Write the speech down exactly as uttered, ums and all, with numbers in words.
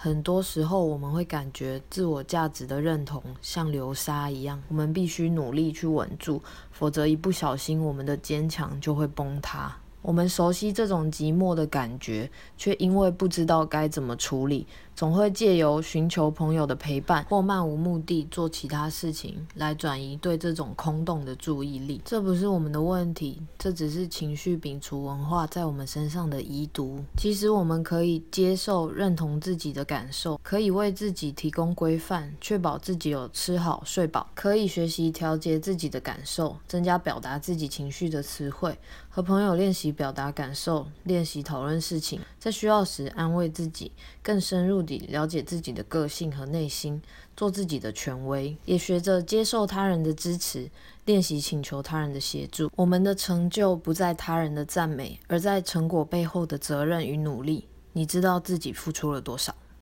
很多时候我们会感觉自我价值的认同像流沙一样，我们必须努力去稳住，否则一不小心我们的坚强就会崩塌。我们熟悉这种寂寞的感觉，却因为不知道该怎么处理，总会借由寻求朋友的陪伴或漫无目的做其他事情来转移对这种空洞的注意力。这不是我们的问题，这只是情绪摒除文化在我们身上的遗毒。其实我们可以接受认同自己的感受，可以为自己提供规范，确保自己有吃好睡饱，可以学习调节自己的感受，增加表达自己情绪的词汇，和朋友练习表达感受，练习讨论事情，在需要时安慰自己，更深入地了解自己的个性和内心，做自己的权威，也学着接受他人的支持，练习请求他人的协助。我们的成就不在他人的赞美，而在成果背后的责任与努力。你知道自己付出了多少？